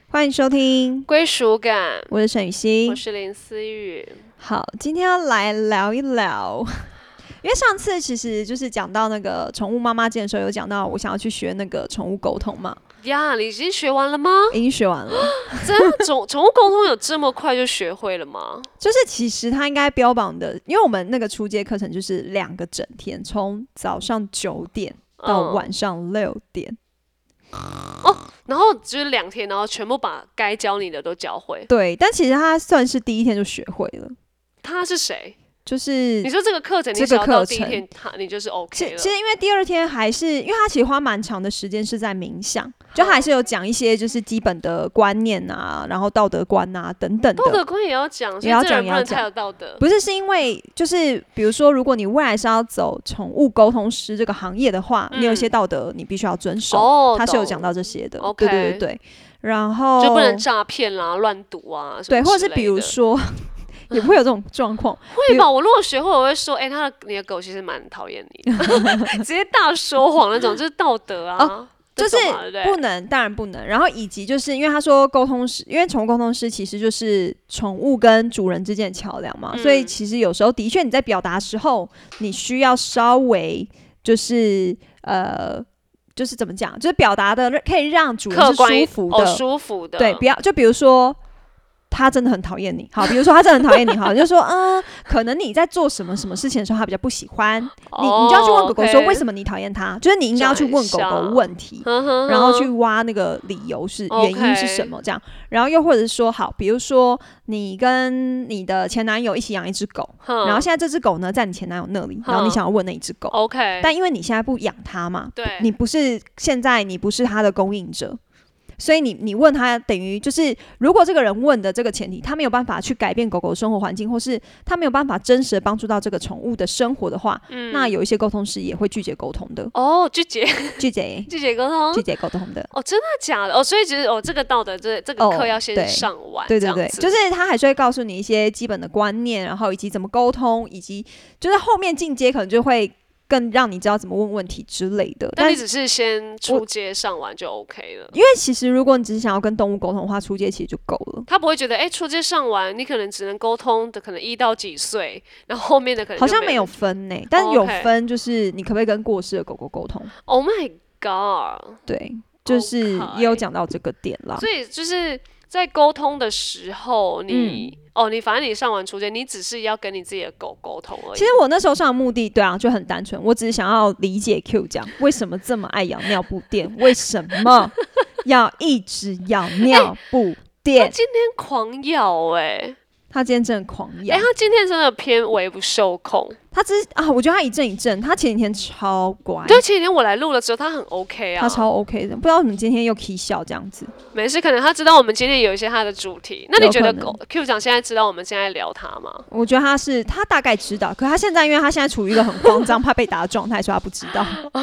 欢迎收听归属感， 我是沈雨熙， 我是林思雨。 好，今天要来聊一聊，因为上次其实就是讲到那个宠物妈妈见的时候，有讲到我想要去学那个宠物沟通嘛。 呀，你已经学完了吗？ 已经学完了。 真的，宠物沟通有这么快就学会了吗？ 就是其实它应该标榜的，因为我们那个初阶课程就是2个整天，从早上9点到晚上6点。 然后就是2天，然后全部把该教你的都教会。 对，但其实他算是第1天就学会了。 他是谁？ 就是你说这个课程，你只要到第1天，你就是 OK 了。 其实因为第2天还是，因为他其实花蛮长的时间是在冥想，就还是有讲一些就是基本的观念啊，然后道德观啊等等的。 道德观也要讲，所以这人不能太有道德。 不是，是因为就是比如说，如果你未来是要走宠物沟通师这个行业的话，你有一些道德你必须要遵守，他是有讲到这些的。 OK， 对对对，然后就不能诈骗啦、乱赌啊， 对，或者是比如说。也不会有这种状况， 会吧？我如果学会，我会说，你的狗其实蛮讨厌你的，直接大说谎那种，就是道德啊， 就是不能，当然不能。然后以及就是因为他说沟通师，因为宠物沟通师其实就是宠物跟主人之间的桥梁嘛，所以其实有时候的确你在表达的时候，你需要稍微就是就是怎么讲，就是表达的可以让主人是舒服的， 舒服的， 对，不要就比如说。他真的很讨厌你，好，比如说他真的很讨厌你，好，就说可能你在做什么事情的时候，他比较不喜欢你就要去问狗狗说为什么你讨厌他，就是你应该要去问狗狗问题，然后去挖那个理由是原因是什么这样，然后又或者是说好，比如说你跟你的前男友一起养一只狗，然后现在这只狗呢在你前男友那里，然后你想要问那一只狗 ，OK， 但因为你现在不养它嘛， 对， 你不是现在你不是他的供应者。所以你问他，等于就是如果这个人问的这个前提，他没有办法去改变狗狗的生活环境，或是他没有办法真实的帮助到这个宠物的生活的话，那有一些沟通师也会拒绝沟通的。 拒绝沟通的。 真的假的？所以其实这个道德这个课要先上完， 对对对，就是他还是会告诉你一些基本的观念，然后以及怎么沟通，以及就是后面进阶可能就会。更让你知道怎么问问题之类的， 但你只是先初阶上完就 OK 了。 因为其实如果你只是想要跟动物沟通的话，初阶其实就够了。 他不会觉得，初阶上完，你可能只能沟通的可能1到几岁，然后后面的可能好像没有分呢，但是有分就是你可不可以跟过世的狗狗沟通 ？Oh my god！ 对，就是也有讲到这个点啦。 所以就是在沟通的时候，你反正你上完初阶，你只是要跟你自己的狗沟通而已。 其实我那时候上的目的，对啊，就很单纯，我只是想要理解 Q 讲为什么这么爱咬尿布垫，为什么要一直咬尿布垫。 他今天狂咬他今天真的狂咬， 他今天真的偏微不受控。 我觉得他一阵一阵，他前几天超乖。 对，前几天我来录的时候，他很 OK 啊， 他超 OK 的，不知道为什么今天又 k 笑这样子。 没事，可能他知道我们今天有一些他的主题。那你觉得Q 长现在知道我们现在聊他吗？ 我觉得他大概知道，可他现在因为他现在处于一个很慌张、怕被打的状态，所以他不知道。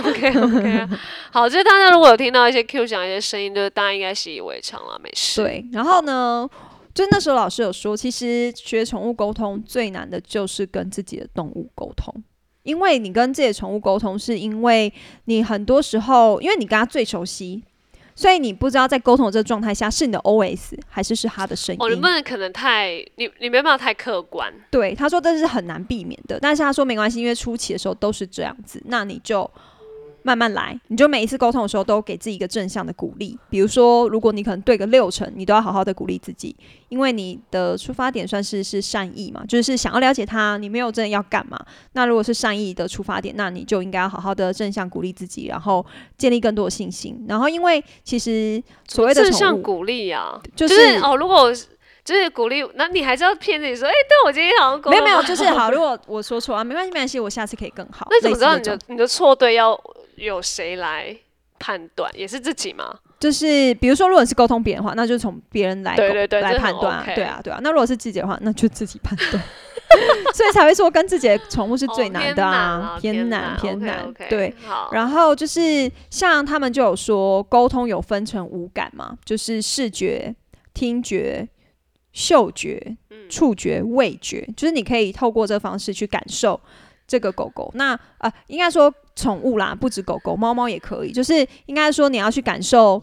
OK， 好，就是大家如果有听到一些 Q 讲一些声音，就是大家应该习以为常了，没事。 对，然后呢？就那时候老师有说，其实学宠物沟通最难的就是跟自己的动物沟通，因为你跟自己的宠物沟通，是因为你很多时候，因为你跟他最熟悉，所以你不知道在沟通的这个状态下是你的 OS 还是他的声音。 你不能可能你没办法太客观。 对，他说这是很难避免的，但是他说没关系，因为初期的时候都是这样子，那你就。慢慢来，你就每一次沟通的时候都给自己一个正向的鼓励。比如说，如果你可能对个60%，你都要好好的鼓励自己，因为你的出发点算是善意嘛，就是想要了解他，你没有真的要干嘛。那如果是善意的出发点，那你就应该要好好的正向鼓励自己，然后建立更多的信心。然后，因为其实所谓的正向鼓励啊， 就是如果。就是鼓励，那你还是要骗自己说，对我今天好像沟通没有，就是好。如果我说错没关系，我下次可以更好。 那怎么知道你的错对要有谁来判断？也是自己吗？ 就是比如说，如果是沟通别人的话，那就从别人来来判断。 OK， 对啊。那如果是自己的话，那就自己判断。所以才会说跟自己的宠物是最难的啊，偏难。 Okay， 对，然后就是像他们就有说，沟通有分成5感嘛，就是视觉、听觉。嗅觉、触觉、味觉，就是你可以透过这个方式去感受这个狗狗。那应该说宠物啦，不止狗狗，猫猫也可以。就是应该说你要去感受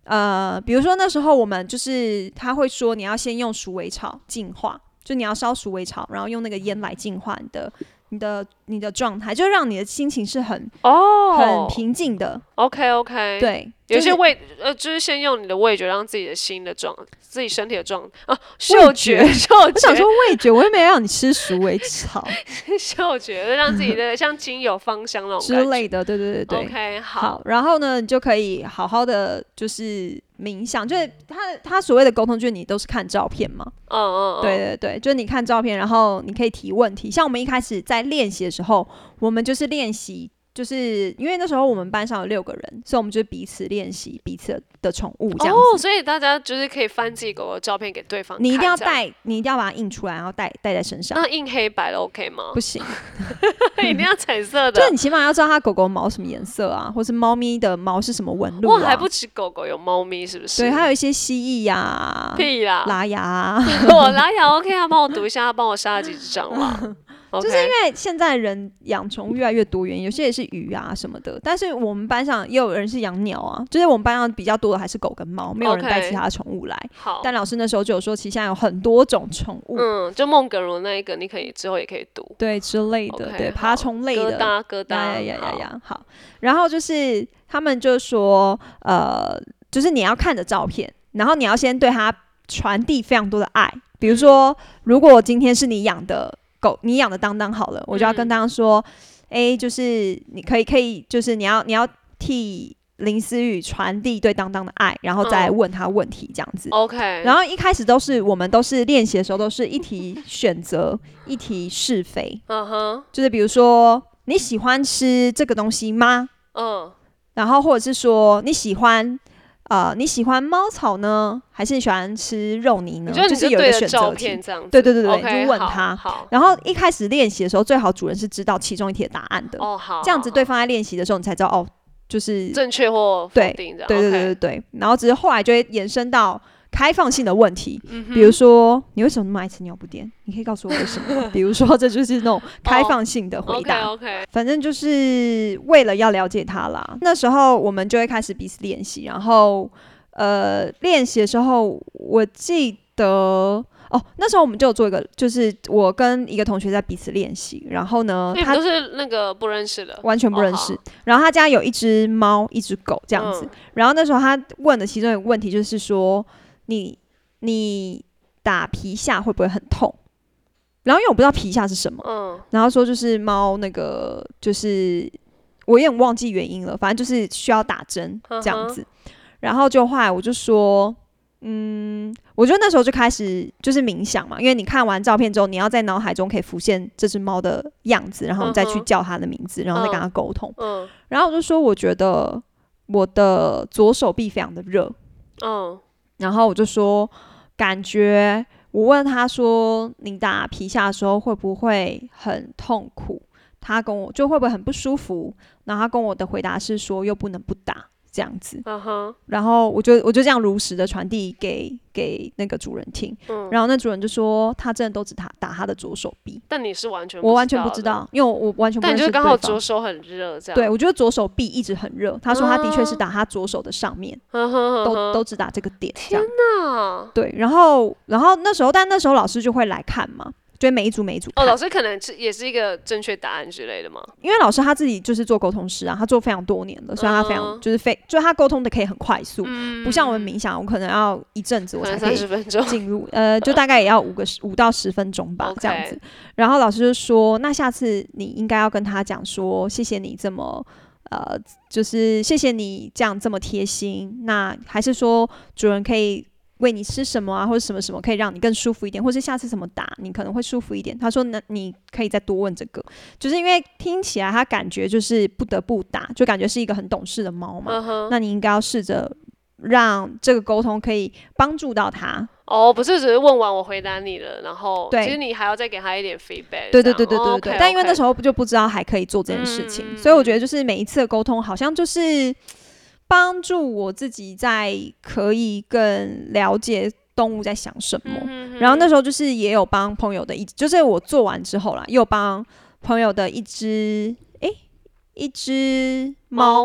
比如说那时候我们就是他会说你要先用鼠尾草净化，就你要烧鼠尾草，然后用那个烟来净化你的状态，就让你的心情是很平静的。 OK， 对， 有些就是先用你的味觉让自己的自己身体的嗅觉， 我想说味觉，我又没有让你吃鼠尾草， 嗅觉让自己的像精油芳香那种之类的，对。 OK， 好， 然后呢，你就可以好好的就是冥想，就是他所谓的沟通，就是你都是看照片嘛，对，就是你看照片，然后你可以提问题。像我们一开始在练习的时候，我们就是练习。就是因为那时候我们班上有6个人，所以我们就彼此练习彼此的宠物这样子。 所以大家就是可以翻自己狗狗的照片给对方看。 你一定要把它印出来，然后带在身上。 那印黑白的 OK 吗？ 不行， 一定要彩色的。 就是你起码要知道它狗狗毛什么颜色啊，或是猫咪的毛是什么纹路啊。 哇，还不止狗狗有猫咪是不是？ 对，还有一些蜥蜴呀、 屁啦， 拉牙啊。 我拉牙 OK， 他帮我读一下，他帮我杀了几只蟑螂。 就是因为现在人养宠物越来越多元，有些也是鱼啊什么的，但是我们班上也有人是养鸟啊，就是我们班上比较多的还是狗跟猫，没有人带其他宠物来。 好， 但老师那时候就有说，其实现在有很多种宠物， 就孟耿如那一个，你可以之后也可以读， 对之类的，对爬虫类的， 疙瘩呀，好。然后就是他们就说，就是你要看着照片，然后你要先对它传递非常多的爱，比如说，如果今天是你养的狗，你养的当当好了，我就要跟当当说，就是你可以，就是你要替林思雨传递对当当的爱，然后再问他问题这样子。 OK。 然后一开始我们都是练习的时候，都是一题选择，一题是非。就是比如说你喜欢吃这个东西吗？然后或者是说你喜欢猫草呢，还是你喜欢吃肉泥呢？就是有一个选择题，对，你就问他。然后一开始练习的时候，最好主人是知道其中一题的答案的。这样子对方在练习的时候，你才知道就是正确或否定的。 对。然后只是后来就会延伸到开放性的问题，比如说你为什么那么爱吃尿不垫？你可以告诉我为什么？比如说这就是那种开放性的回答。反正就是为了要了解他啦。那时候我们就会开始彼此练习，然后练习的时候，我记得。那时候我们就有做一个，就是我跟一个同学在彼此练习，然后呢， 他都是那个不认识的， 完全不认识。然后他家有一只猫，一只狗这样子。然后那时候他问的其中一个问题就是说，你打皮下会不会很痛？然后因为我不知道皮下是什么，然后说就是猫那个，就是我有点忘记原因了，反正就是需要打针这样子。然后就后来我就说。我觉得那时候就开始就是冥想嘛，因为你看完照片之后，你要在脑海中可以浮现这只猫的样子，然后你再去叫它的名字，然后再跟它沟通。然后我就说，我觉得我的左手臂非常的热。然后我就说，感觉我问他说，你打皮下的时候会不会很痛苦？他跟我就会不会很不舒服？然后他跟我的回答是说，又不能不打。这样子，然后我就这样如实的传递给那个主人听，然后那主人就说他真的都只打他的左手臂， 但你是完全我完全不知道，因为我完全不认识对方。但你就刚好左手很热，这样对，我觉得左手臂一直很热。他说他的确是打他左手的上面，都只打这个点。 天哪！ 对，然后那时候老师就会来看嘛。就每一组看。 老师可能也是一个正确答案之类的吗？ 因为老师他自己就是做沟通师啊，他做非常多年了，所以他非常就是他沟通的可以很快速，不像我们冥想，我可能要一阵子我才可以进入，就大概也要5到10分钟吧，这样子。然后老师就说，那下次你应该要跟他讲说，谢谢你这么。就是谢谢你这样这么贴心，那还是说主人可以喂你吃什么啊，或者什么什么可以让你更舒服一点，或是下次怎么打你可能会舒服一点。他说那你可以再多问这个，就是因为听起来他感觉就是不得不打，就感觉是一个很懂事的猫嘛，那你应该要试着让这个沟通可以帮助到他。不是只是问完我回答你了，然后其实你还要再给他一点 feedback。对。 Okay, 但因为那时候就不知道还可以做这件事情，所以我觉得就是每一次的沟通好像就是帮助我自己在可以更了解动物在想什么。然后那时候就是也有帮朋友的就是我做完之后啦，也有帮朋友的一只猫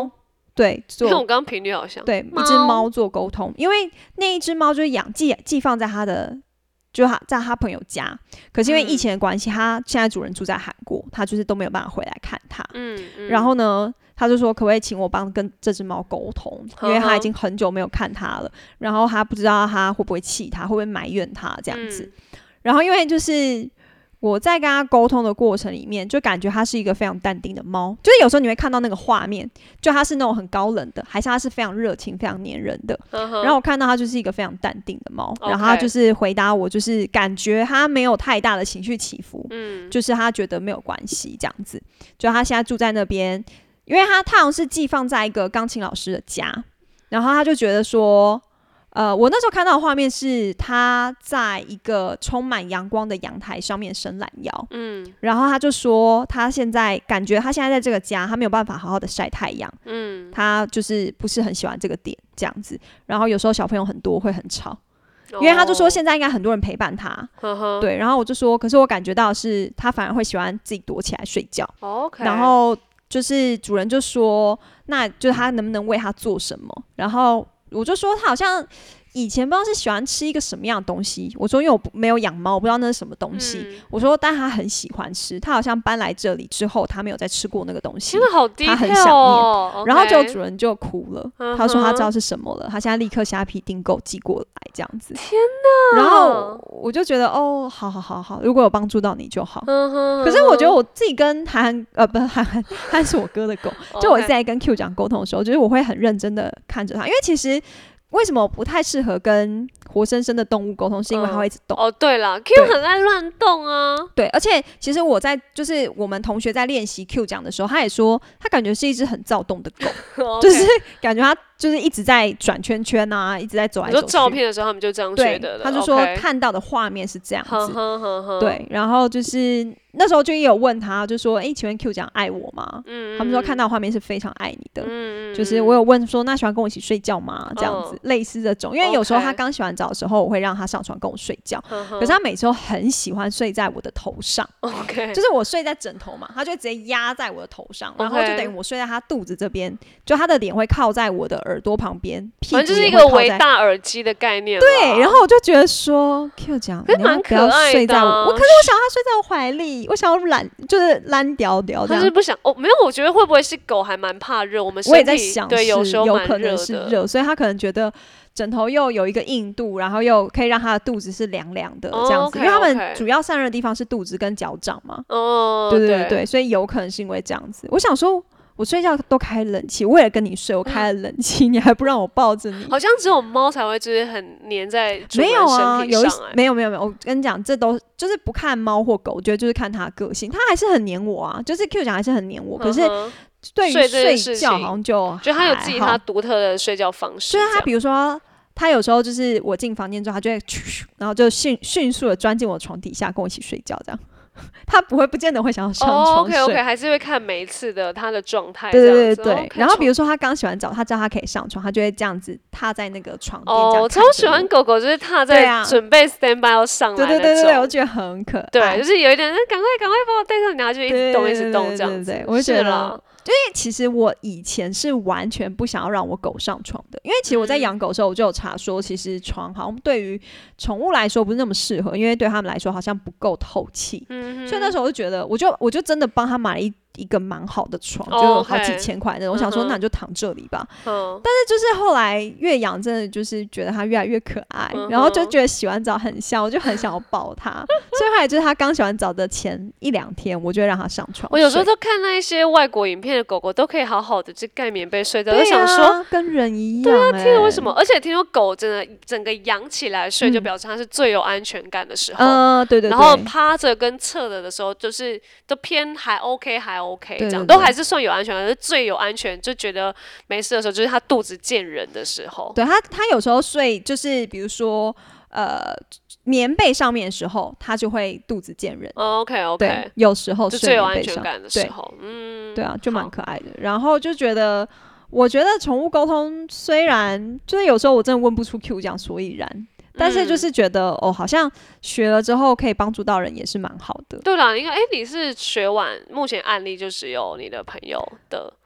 对， 跟我刚刚频率好像。 对，一只猫做沟通，因为那一只猫就是寄放在他的。就在他朋友家，可是因为疫情的关系，他现在主人住在韩国，他就是都没有办法回来看他。然后呢，他就说可不可以请我帮跟这只猫沟通，因为他已经很久没有看他了，然后他不知道他会不会气他，会不会埋怨他这样子。然后因为就是我在跟他沟通的过程里面，就感觉他是一个非常淡定的猫，就是有时候你会看到那个画面，就他是那种很高冷的，还是他是非常热情、非常黏人的。然后我看到他就是一个非常淡定的猫，然后他就是回答我，就是感觉他没有太大的情绪起伏，就是他觉得没有关系这样子。就他现在住在那边，因为他好像是寄放在一个钢琴老师的家，然后他就觉得说。我那时候看到的画面是他在一个充满阳光的阳台上面伸懒腰，然后他就说他现在感觉他现在在这个家，他没有办法好好的晒太阳，他就是不是很喜欢这个点这样子，然后有时候小朋友很多会很吵，因为他就说现在应该很多人陪伴他，对，然后我就说，可是我感觉到的是他反而会喜欢自己躲起来睡觉，然后就是主人就说，那就是他能不能为他做什么，然后。我就说他好像以前不知道是喜欢吃一个什么样的东西，我说因为我没有养猫，我不知道那是什么东西。我说但他很喜欢吃，他好像搬来这里之后，他没有再吃过那个东西， 真的好低调哦， 他很想念。然后就主人就哭了，他说他知道是什么了，他现在立刻虾皮订购寄过来这样子。 天哪！ 然后我就觉得哦，好，如果有帮助到你就好。可是我觉得我自己跟不是韩是我哥的狗，就我在跟 Q 讲沟通的时候，就是我会很认真的看着他，因为其实。为什么我不太适合跟活生生的动物沟通？是因为它会一直动。 对啦 ，Q 很爱乱动啊。 对，而且其实我在就是我们同学在练习 Q 讲的时候，他也说他感觉是一只很躁动的狗，就是感觉他就是一直在转圈圈啊，一直在走来走去。 你说照片的时候他们就这样觉得的， 他就说看到的画面是这样子。对，然后就是那时候就也有问他，就说请问 Q 讲爱我吗？他们说看到画面是非常爱你的。就是我有问说那喜欢跟我一起睡觉吗？这样子类似这种，因为有时候他刚洗完澡的时候，我会让他上床跟我睡觉，可是他每次都很喜欢睡在我的头上，就是我睡在枕头嘛，他就直接压在我的头上，然后就等于我睡在他肚子这边，就他的脸会靠在我的耳朵旁边，屁股也会靠在， 就是一个微大耳机的概念。 对，然后我就觉得说 Q 讲，你要不要睡在我？可是我想要他睡在我怀里，我想要就是懒屌屌这样。 他是不想没有，我觉得会不会是狗还蛮怕热？我也在想， 对，有时候有可能是热，所以他可能觉得枕头又有一个硬度，然后又可以让他的肚子是凉凉的这样子，因为他们主要散热的地方是肚子跟脚掌嘛。对，所以有可能是因为这样子。我想说。我睡觉都开冷气，为了跟你睡，我开了冷气，你还不让我抱着你？ 好像只有猫才会就是很黏在主人身体上。 没有啊，没有，我跟你讲，这都就是不看猫或狗，我觉得就是看它的个性，它还是很黏我啊，就是 Q 讲还是很黏我，可是对于睡觉好像就它有自己它独特的睡觉方式。 就是它比如说。他有时候就是我进房间之后，他就会然后就迅速的钻进我床底下跟我一起睡觉，这样。他不见得会想要上床睡。 OK， 还是会看每一次的他的状态。 对。然后比如说他刚洗完澡，他知道他可以上床，他就会这样子踏在那个床垫。 我超喜欢狗狗，就是踏在准备 stand by 要上来那种。 对，我觉得很可爱。 对，就是有一点，赶快把我带上，然后就一直动这样子。 我就觉得。因为其实我以前是完全不想要让我狗上床的，因为其实我在养狗的时候，我就有查说，其实床好像对于宠物来说不是那么适合，因为对他们来说好像不够透气。所以那时候我就觉得，我就真的帮他买了一个蛮好的床，就有好几千块那种。我想说，那你就躺这里吧。但是就是后来越养，真的就是觉得它越来越可爱，然后就觉得洗完澡很香，我就很想要抱它。所以后来就是他刚洗完澡的前1-2天，我就会让他上床睡。 我有时候都看那一些外国影片的狗狗都可以好好的就盖棉被睡觉，我就想说跟人一样。 对啊，听了为什么？而且听说狗真的整个仰起来睡，就表示它是最有安全感的时候。 对。 然后趴着跟侧着的时候，就是都偏还 OK 这样，都还是算有安全感，可是最有安全就觉得没事的时候，就是它肚子见人的时候。 对，它有时候睡就是比如说棉被上面的时候，它就会肚子见人。 OK， 对，有时候睡最有安全感的时候， 对啊，就蛮可爱的。然后就觉得，我觉得宠物沟通虽然就是有时候我真的问不出 Q 讲所以然。但是就是觉得好像学了之后可以帮助到人，也是蛮好的。 对啦，因为你是学完，目前案例就只有你的朋友的。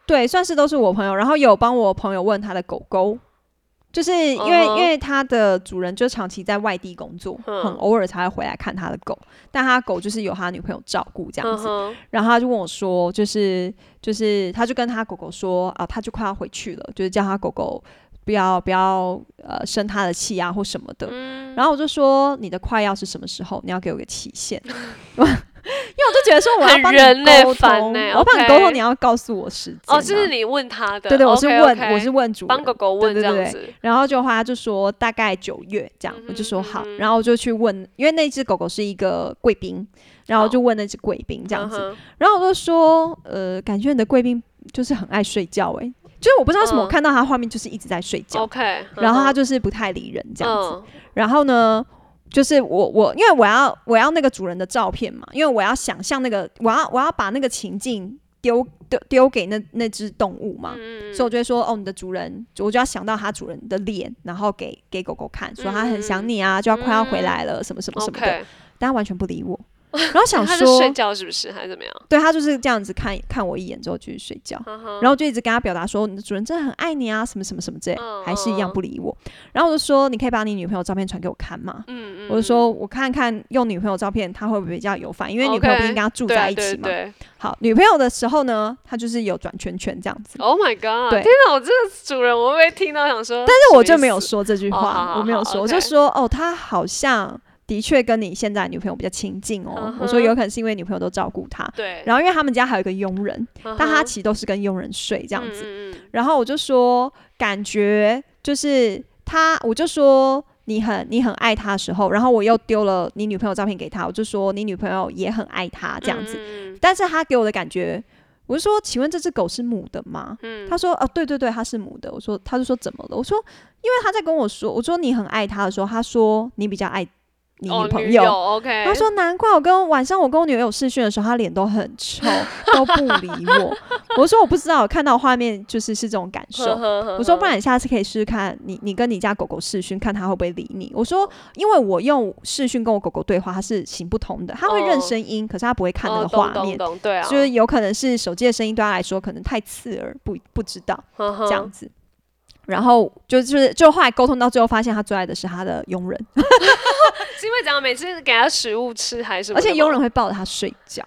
对，算是都是我朋友，然后有帮我朋友问他的狗狗。就是因为他的主人就长期在外地工作，很偶尔才会回来看他的狗，但他狗就是由他女朋友照顾这样子。然后他就问我说，就是他就跟他狗狗说啊，他就快要回去了，就是叫他狗狗不要生他的气啊或什么的。然后我就说你的快要是什么时候？你要给我个期限。因为我就觉得说我要帮你沟通，我要帮你沟通，你要告诉我时间。 哦，这是你问他的？ 对，我是问主人， 帮狗狗问这样子。 然后他就说大概9月这样，我就说好，然后我就去问，因为那只狗狗是一个贵宾，然后就问那只贵宾这样子。然后我就说，感觉你的贵宾就是很爱睡觉就是我不知道为什么我看到他画面就是一直在睡觉然后他就是不太理人这样子。然后呢？就是我因为我要那个主人的照片嘛，因为我要想象那个我要把那个情境丢给那只动物嘛，所以我就会说哦，你的主人，我就要想到他主人的脸，然后给狗狗看，说他很想你啊，就要快要回来了，什么什么什么的，但他完全不理我。然后想说他是睡觉是不是还是怎么样？ 对，他就是这样子看我一眼之后继续睡觉，然后就一直跟他表达说你的主人真的很爱你啊，什么什么什么之类，还是一样不理我。然后我就说你可以把你女朋友照片传给我看吗？我就说我看看用女朋友照片他会不会比较有反应，因为女朋友毕竟跟他住在一起嘛。好，女朋友的时候呢，他就是有转圈圈这样子。 Oh my god！ 天哪，我这个主人我会听到想说， 但是我就没有说这句话，我没有说，我就说哦，他好像。的确跟你现在女朋友比较亲近我说有可能是因为女朋友都照顾他， 对。 然后因为他们家还有一个佣人，但他其实都是跟佣人睡这样子。然后我就说，感觉就是我就说你很爱他的时候，然后我又丢了你女朋友照片给他，我就说你女朋友也很爱他这样子。但是他给我的感觉，我就说，请问这只狗是母的吗？他说对，它是母的。他就说怎么了？我说因为他在跟我说，我说你很爱他的时候，他说你比较爱。你女朋友 ，OK。 他说难怪晚上我跟我女友视讯的时候，她脸都很臭，都不理我。我说我不知道，我看到画面就是这种感受。我说不然你下次可以试试看，你跟你家狗狗视讯，看它会不会理你。我说因为我用视讯跟我狗狗对话，它是行不通的，它会认声音，可是它不会看那个画面， 对啊， 就是有可能是手机的声音对它来说可能太刺耳，不知道这样子。然后就后来沟通到最后，发现他最爱的是他的佣人， 是因为怎样每次给他食物吃还是什么？ 而且佣人会抱着他睡觉。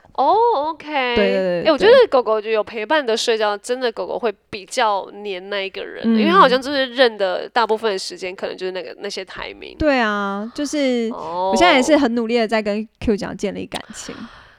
OK。对。我觉得狗狗就有陪伴的睡觉，真的狗狗会比较黏那一个人，因为它好像就是认的大部分的时间，可能就是那些台名。 对啊，就是我现在也是很努力的在跟 Q 讲建立感情。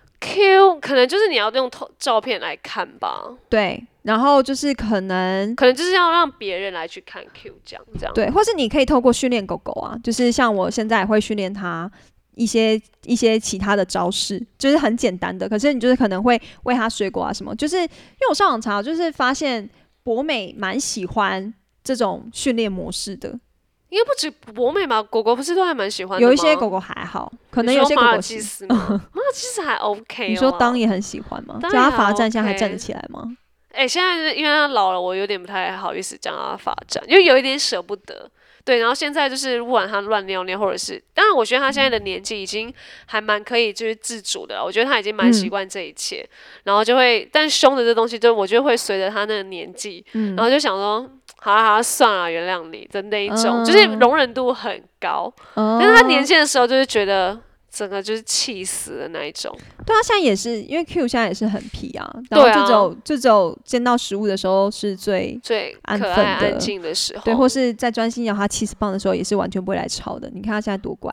Q 可能就是你要用照片来看吧。 对。然后就是可能就是要让别人来去看 Q 这样， 对，或是你可以透过训练狗狗啊，就是像我现在也会训练它一些其他的招式，就是很简单的，可是你就是可能会喂它水果啊什么，就是因为我上网查，就是发现博美蛮喜欢这种训练模式的。 应该不止博美吧，狗狗不是都还蛮喜欢的吗？ 有一些狗狗还好，可能有些狗狗马尔济斯吗？马尔济斯还 OK。 你说当也很喜欢吗？叫它罚站，现在还站得起来吗？ 现在因为他老了，我有点不太好意思叫他罚站，因为有一点舍不得。对，然后现在就是不管他乱尿尿，或者是，当然我觉得他现在的年纪已经还蛮可以就是自主的了，我觉得他已经蛮习惯这一切，然后就会，但凶的这东西就我觉得会随着他那个年纪，然后就想说，好啦算了，原谅你的那一种，就是容忍度很高，但是他年轻的时候就是觉得。整个就是气死的那一种。 对啊，现在也是，因为 Q 现在也是很皮啊，然后就只有见到食物的时候是最安分的、 安静的时候， 对，或是在专心咬他70磅的时候，也是完全不会来吵的。你看他现在多乖。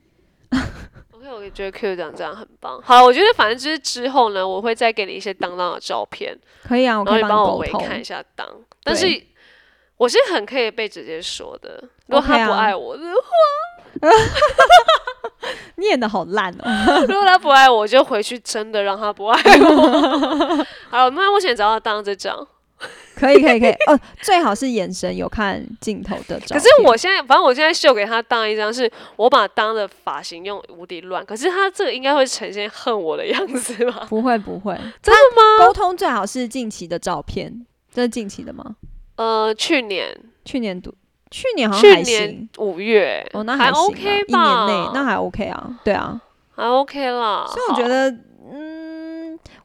OK， 我也觉得 Q 这样很棒。好了，我觉得反正就是之后呢，我会再给你一些当的照片。 可以啊，我可以帮我围看一下当，但是我是很可以被直接说的，如果他不爱我的话。 你演的好烂哦！ 如果他不爱我，就回去真的让他不爱我。好，那目前找到当这张， 可以最好是眼神有看镜头的照片。 可是反正我现在秀给他当一张，是我把当的发型用无敌乱，可是他这个应该会呈现恨我的样子吧？ 不会， 真的吗？ 沟通最好是近期的照片，这是近期的吗？ 去年好像还行， 去年5月， 那还行啊， OK 吧？ 1年内那还 OK 啊，对啊， 还 OK 啦。 所以我觉得，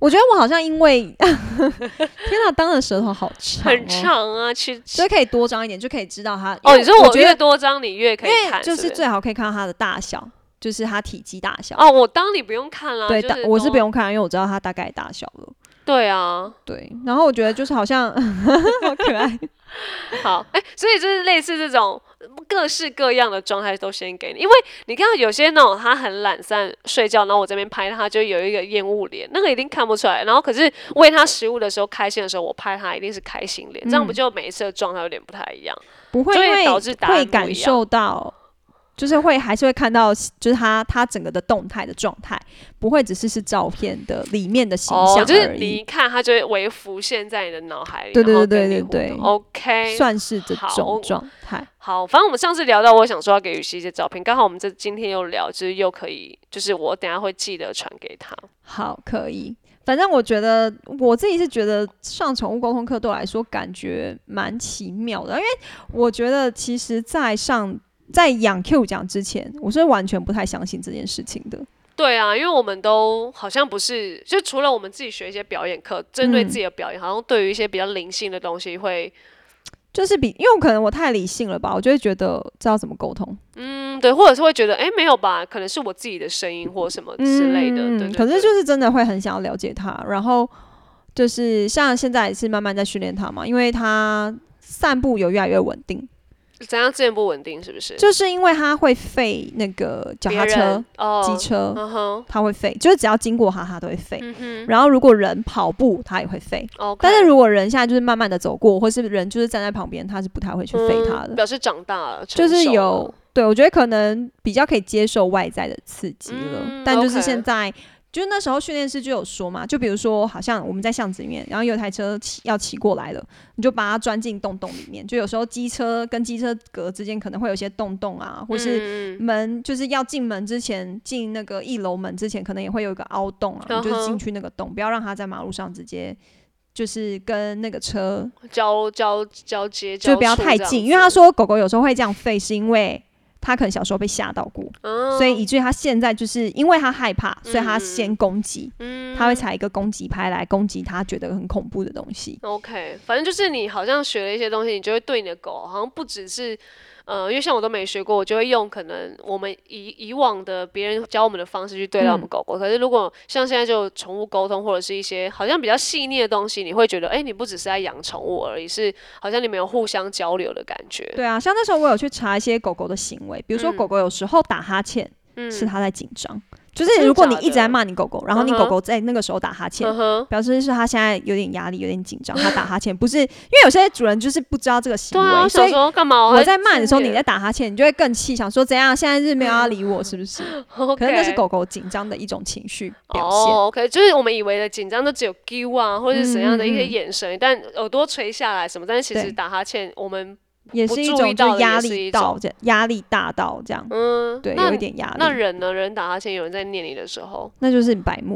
我觉得我好像因为天哪，当的舌头好长、 很长啊，其实所以可以多张一点，就可以知道它。 你说我觉得越多张你越可以看， 就是最好可以看到它的大小，就是它体积大小。 我当你不用看啦， 对， 就是我是不用看，因为我知道它大概大小了。 对啊， 对，然后我觉得就是好像好可爱。 好，所以就是类似这种各式各样的状态都先给你，因为你看到有些那种他很懒散睡觉，然后我这边拍他就有一个厌恶脸，那个一定看不出来。然后可是喂他食物的时候开心的时候，我拍他一定是开心脸，这样不就每一次的状态有点不太一样？ 不会， 就因为导致答案会感受到。就是还是会看到，就是他整个的动态的状态，不会只是照片的里面的形象而已。 就是你一看，它就会微浮现在你的脑海里。 对 ，OK， 算是这种状态。 好，反正我们上次聊到，我想说要给予熙一些照片，刚好我们今天又聊，就是又可以，就是我等一下会记得传给他。 好，可以。反正我觉得我自己是觉得上宠物沟通课对我来说感觉蛮奇妙的，因为我觉得其实在养 Q 奖之前，我是完全不太相信这件事情的。 对啊，因为我们都好像不是，就除了我们自己学一些表演课，针对自己的表演，好像对于一些比较灵性的东西会， 就是因为可能我太理性了吧，我就会觉得知道怎么沟通。 对，或者是会觉得，没有吧，可能是我自己的声音或什么之类的。对， 可是就是真的会很想要了解他，然后就是像现在也是慢慢在训练他嘛，因为他散步有越来越稳定。 怎样之前不稳定是不是？ 就是因为他会吠那个脚踏车、机车，他会吠，就是只要经过他都会吠。然后如果人跑步，他也会吠。但是如果人现在就是慢慢的走过，或是人就是站在旁边，他是不太会去吠他的。 表示长大了， 就是对，我觉得可能比较可以接受外在的刺激了，但就是现在。就是那时候训练师就有说嘛，就比如说好像我们在巷子里面，然后有台车要骑过来了，你就把它钻进洞里面。就有时候机车跟机车格之间可能会有些洞啊，或是门就是要进门之前，进那个1楼门之前，可能也会有一个凹洞啊，你就是进去那个洞，不要让它在马路上直接就是跟那个车交接， 就不要太近，因为他说狗狗有时候会这样吠，是因为。他可能小时候被吓到过，所以以至于他现在就是因为他害怕，所以他先攻击，他会踩一个攻击拍来攻击他觉得很恐怖的东西。 OK， 反正就是你好像学了一些东西，你就会对你的狗好像不只是。因为像我都没学过，我就会用可能我们以往的别人教我们的方式去对待我们狗狗。可是如果像现在就宠物沟通或者是一些好像比较细腻的东西，你会觉得你不只是在养宠物而已，是好像你们有互相交流的感觉。 对啊，像那时候我有去查一些狗狗的行为，比如说狗狗有时候打哈欠，是它在紧张。就是如果你一直在骂你狗狗，然后你狗狗在那个时候打哈欠，表示是它现在有点压力、有点紧张，它打哈欠不是因为有些主人就是不知道这个行为，所以干嘛我在骂你的时候你在打哈欠，你就会更气，想说怎样现在是没有要理我是不是？可能那是狗狗紧张的一种情绪表现。 OK， 就是我们以为的紧张都只有丢啊，或者是怎样的一些眼神，但耳朵垂下来什么，但是其实打哈欠我们。 也是一种就压力大到这样，对，有一点压力。 那人呢？人打哈欠，有人在念你的时候， 那就是白目。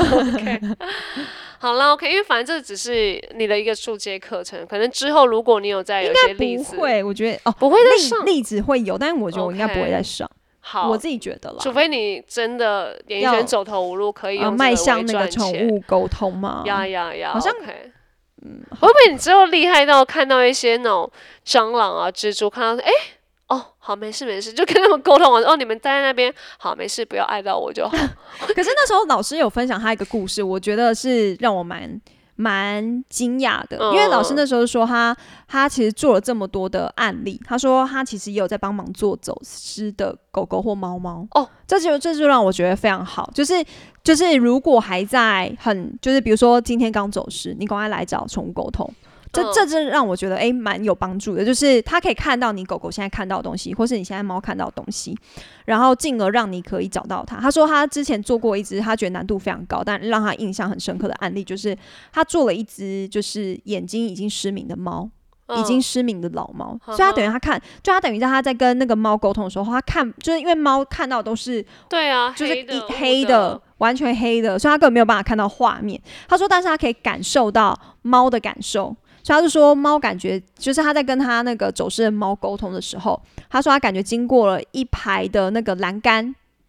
OK， 好了 ，OK， 因为反正这只是你的一个初阶课程，可能之后如果你有在有些例子， 不会，我觉得不会再上例子会有，但是我觉得我应该不会再上。 好， 我自己觉得啦， 除非你真的演艺圈走投无路，可以用迈向那个宠物沟通嘛？ 呀， 好像。 Okay，会不会你之后厉害到看到一些那种蟑螂啊、蜘蛛，看到好没事，就跟他们沟通完，你们待在那边，好没事，不要碍到我就好。 可是那时候老师有分享他一个故事，我觉得是让我蛮惊讶的，因为老师那时候说他其实做了这么多的案例，他说他其实也有在帮忙做走失的狗狗或猫猫。这就让我觉得非常好，就是如果还在就是比如说今天刚走失，你赶快来找宠物沟通。这让我觉得蛮有帮助的，就是他可以看到你狗狗现在看到的东西，或是你现在猫看到的东西，然后进而让你可以找到它。他说他之前做过一只他觉得难度非常高，但让他印象很深刻的案例，就是他做了一只就是眼睛已经失明的猫，已经失明的老猫，所以他等于他等于在他在跟那个猫沟通的时候，他看就是因为猫看到的都是对啊， 就是黑的完全黑的，所以他根本没有办法看到画面。他说，但是他可以感受到猫的感受。所以他就说，猫感觉就是他在跟他那个走失的猫沟通的时候，他说他感觉经过了一排的那个栏杆，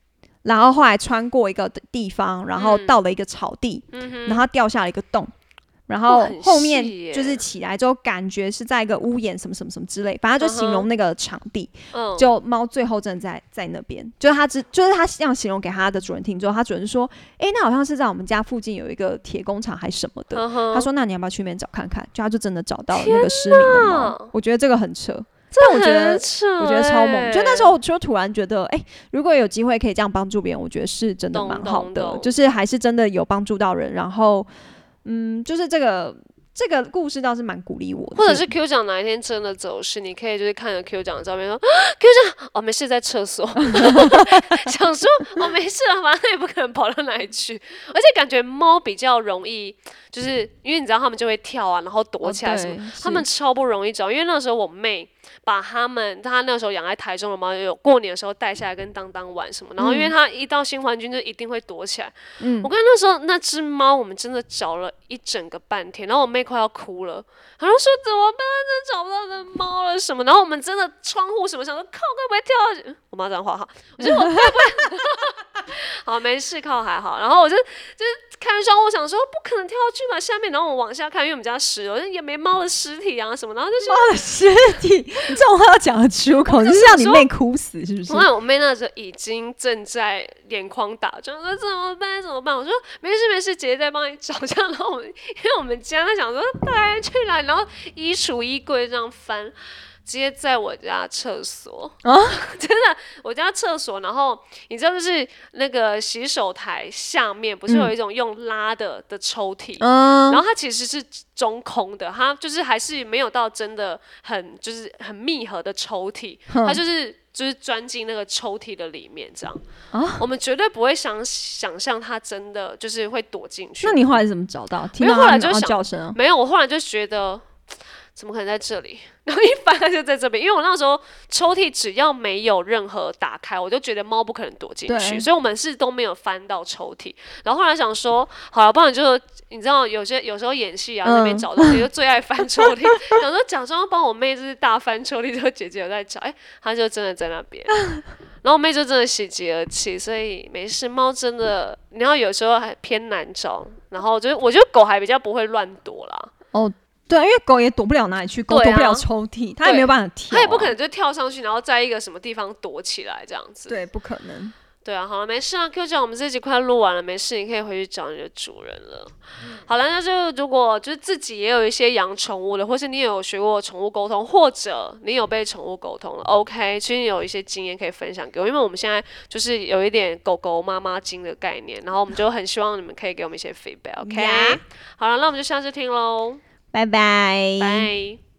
然后后来穿过一个地方，然后到了一个草地，然后掉下了一个洞。然后后面就是起来之后，感觉是在一个屋檐什么什么什么之类，反正就形容那个场地。就猫最后真的在那边，就是他这样形容给他的主人听之后，他主人说：“那好像是在我们家附近有一个铁工厂还什么的。”他说：“那你要不要去那边找看看？”就他就真的找到了那个失明的猫。我觉得这个很扯。但我觉得超猛，就那时候我就突然觉得，如果有机会可以这样帮助别人，我觉得是真的蛮好的，就是还是真的有帮助到人，然后。就是这个故事倒是蛮鼓励我的。 或者是 Q 长哪一天真的走失，你可以就是看着 Q 长的照片说，Q 长哦没事在厕所，想说哦没事了，反正也不可能跑到哪里去。而且感觉猫比较容易，就是因为你知道它们就会跳啊，然后躲起来什么，它们超不容易找。因为那时候我妹把她那时候养在台中的猫，有过年的时候带下来跟当当玩什么，然后因为她一到新环境就一定会躲起来。我看那时候那只猫，我们真的找了一整个半天，然后我妹快要哭了，她就说怎么办？真的找不到的猫了什么？然后我们真的窗户什么想说靠，该不会跳下去？我妈这样话哈，我觉得我该不会好没事，靠还好。然后我就是看窗户想说不可能跳下去吧下面，然后我往下看，因为我们家10楼也没猫的尸体啊什么，然后就猫的尸体，这种话要讲得出口，就是让你妹哭死是不是？ 我妹那时候已经正在眼眶打转，说怎么办？我说没事，姐姐在帮你找。这样，然后因为我们家在想说对去哪里，然后衣橱衣柜这样翻。直接在我家厕所真的，我家厕所，然后你知道就是那个洗手台下面不是有一种用拉的抽屉，然后它其实是中空的，它就是还是没有到真的就是很密合的抽屉，它就是钻进那个抽屉的里面这样。我们绝对不会想象它真的就是会躲进去。 那你后来怎么找到？ 听到它叫声？ 没有，我后来就觉得。怎么可能在这里？然后一翻它就在这边，因为我那时候抽屉只要没有任何打开，我就觉得猫不可能躲进去，所以我们是都没有翻到抽屉。然后后来想说，好了，不然就你知道有时候演戏啊，那边找东西就最爱翻抽屉，想说假装帮我妹就是大翻抽屉，就姐姐有在找，她就真的在那边。然后我妹就真的喜极而泣，所以没事。猫真的，你要有时候还偏难找，然后我觉得狗还比较不会乱躲啦。 对，因为狗也躲不了哪里去，狗躲不了抽屉，它也没有办法跳， 它也不可能就跳上去，然后在一个什么地方躲起来这样子。 对，不可能。 对啊，好了，没事啊 ，Q 讲我们这集快录完了，没事，你可以回去找你的主人了。好了，那就如果就是自己也有一些养宠物的，或是你也有学过宠物沟通，或者你有被宠物沟通了 ，OK， 其实你有一些经验可以分享给我，因为我们现在就是有一点狗狗妈妈经的概念，然后我们就很希望你们可以给我们一些 feedback，OK？好了，那我们就下次听喽， 拜拜， 拜。